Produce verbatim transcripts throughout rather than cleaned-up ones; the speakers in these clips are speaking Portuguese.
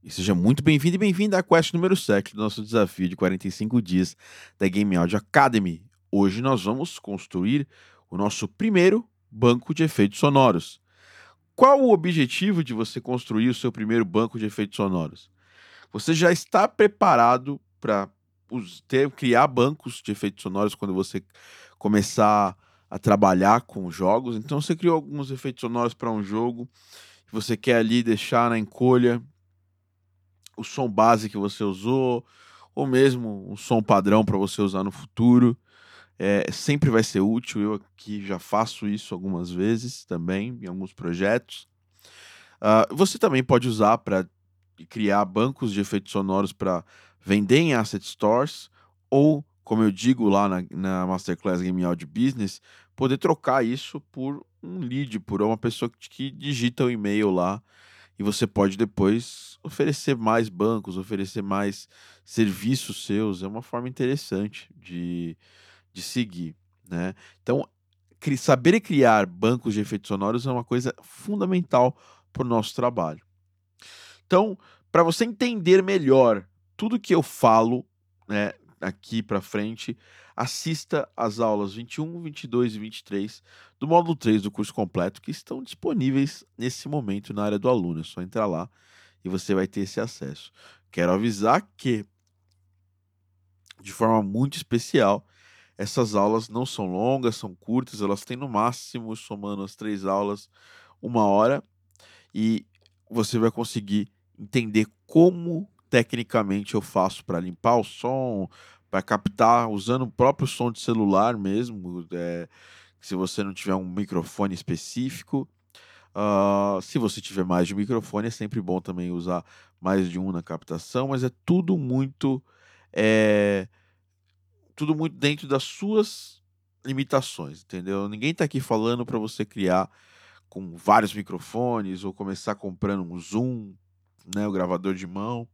E seja muito bem-vindo e bem-vinda à quest número sete do nosso desafio de quarenta e cinco dias da Game Audio Academy. Hoje nós vamos construir o nosso primeiro banco de efeitos sonoros. Qual o objetivo de você construir o seu primeiro banco de efeitos sonoros? Você já está preparado para ter criar bancos de efeitos sonoros quando você começar a trabalhar com jogos? Então você criou alguns efeitos sonoros para um jogo que você quer ali deixar na encolha o som base que você usou, ou mesmo um som padrão para você usar no futuro. Eh, sempre vai ser útil, eu aqui já faço isso algumas vezes também, em alguns projetos. Ah, você também pode usar para criar bancos de efeitos sonoros para vender em asset stores, ou, como eu digo lá na na Masterclass Game Audio Business, poder trocar isso por um lead, por uma pessoa que que digita o e-mail lá e você pode depois oferecer mais bancos, oferecer mais serviços seus, é uma forma interessante de de seguir, né. Então, cri saber criar bancos de efeitos sonoros é uma coisa fundamental para o nosso trabalho. Então, para você entender melhor tudo que eu falo, né, aqui para frente, assista às aulas vinte e um, vinte e dois e vinte e três do módulo três do curso completo, que estão disponíveis nesse momento na área do aluno. É só entrar lá e você vai ter esse acesso. Quero avisar que, de forma muito especial, essas aulas não são longas, são curtas, elas têm no máximo, somando as três aulas, uma hora, e você vai conseguir entender como tecnicamente eu faço para limpar o som, para captar usando o próprio som de celular mesmo, eh, se você não tiver um microfone específico. Ah, se você tiver mais de um microfone, é sempre bom também usar mais de um na captação, mas é tudo muito, eh, tudo muito dentro das suas limitações, entendeu? Ninguém tá aqui falando para você criar com vários microfones ou começar comprando um Zoom, né, o gravador de mão.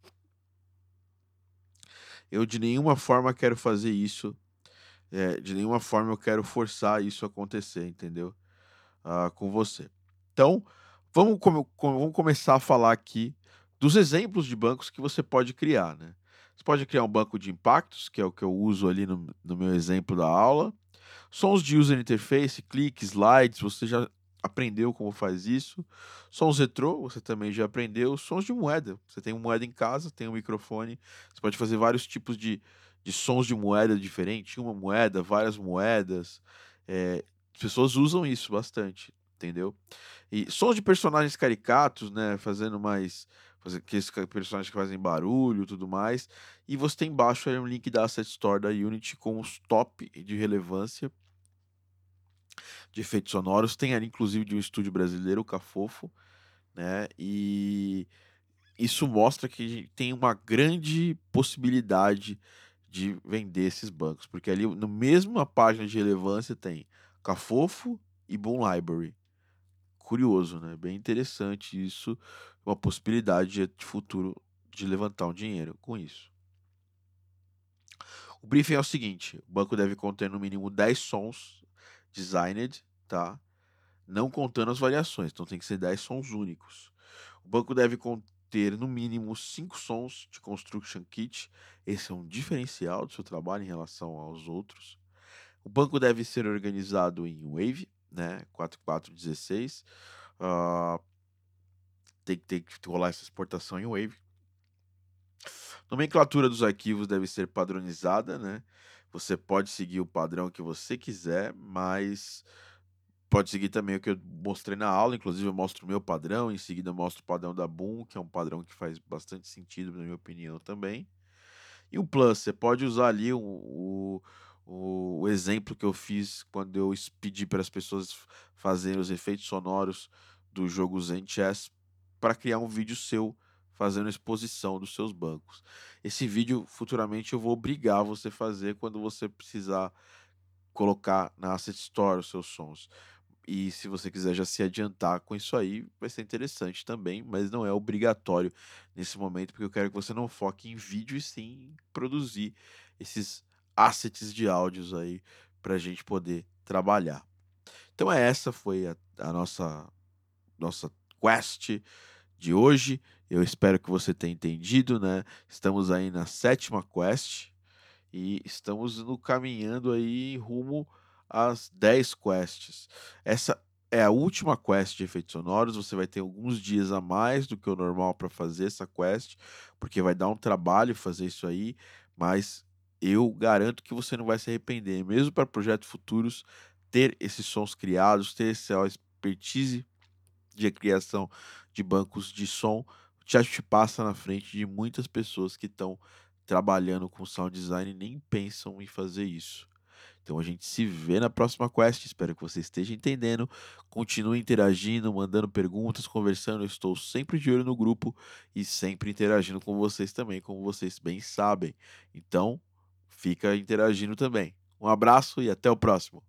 Eu de nenhuma forma quero fazer isso, eh, de nenhuma forma eu quero forçar isso a acontecer, entendeu, ah, com você. Então, vamos come co vamos começar a falar aqui dos exemplos de bancos que você pode criar, né. Você pode criar um banco de impactos, que é o que eu uso ali no no meu exemplo da aula. Sons de user interface, cliques, slides, você já aprendeu como faz isso. Sons retrô, você também já aprendeu. Sons de moeda, você tem uma moeda em casa, tem um microfone, você pode fazer vários tipos de de sons de moeda diferente, uma moeda, várias moedas, eh, as pessoas usam isso bastante, entendeu. E sons de personagens caricatos, né, fazendo mais fazer aqueles ca personagens que fazem barulho, e tudo mais. E você tem embaixo aí um link da Asset Store da Unity com os top de relevância de efeitos sonoros. Tem ali inclusive de um estúdio brasileiro, o Cafofo, né, e isso mostra que tem uma grande possibilidade de vender esses bancos, porque ali no mesma página de relevância tem Cafofo e Boom Library. Curioso, né, bem interessante isso, uma possibilidade de de futuro de levantar um dinheiro com isso. O briefing é o seguinte: o banco deve conter no mínimo dez sons designed, tá, não contando as variações, então tem que ser dez sons únicos. O banco deve conter no mínimo cinco sons de construction kit, esse é um diferencial do seu trabalho em relação aos outros. O banco deve ser organizado em Wave, né, quatro quatro dezesseis, hã, tem que tem que rolar essa exportação em Wave. Nomenclatura dos arquivos deve ser padronizada, né, você pode seguir o padrão que você quiser, mas pode seguir também o que eu mostrei na aula, inclusive eu mostro o meu padrão, em seguida eu mostro o padrão da Boom, que é um padrão que faz bastante sentido na minha opinião também. E o plus, você pode usar ali o o o o exemplo que eu fiz quando eu es pedi para as pessoas f fazerem os efeitos sonoros do jogo Zen Chess, para criar um vídeo seu fazendo exposição dos seus bancos. Esse vídeo futuramente eu vou obrigar você a fazer quando você precisar colocar na Asset Store os seus sons. E se você quiser já se adiantar com isso aí, vai ser interessante também, mas não é obrigatório nesse momento, porque eu quero que você não foque em vídeo e sim em produzir esses assets de áudios aí para a gente poder trabalhar. Então é essa foi a, a nossa nossa quest de hoje. Eu espero que você tenha entendido, né? Estamos aí na sétima quest e estamos no caminhando aí rumo às dez quests. Essa é a última quest de efeitos sonoros, você vai ter alguns dias a mais do que o normal para fazer essa quest, porque vai dar um trabalho fazer isso aí, mas eu garanto que você não vai se arrepender, mesmo para projetos futuros, ter esses sons criados, ter essa expertise de criação de bancos de som, já te passa na frente de muitas pessoas que estão trabalhando com sound design e nem pensam em fazer isso. Então a gente se vê na próxima quest. Espero que você esteja entendendo. Continue interagindo, mandando perguntas, conversando. Eu estou sempre de olho no grupo e sempre interagindo com vocês também, como vocês bem sabem. Então, fica interagindo também. Um abraço e até o próximo.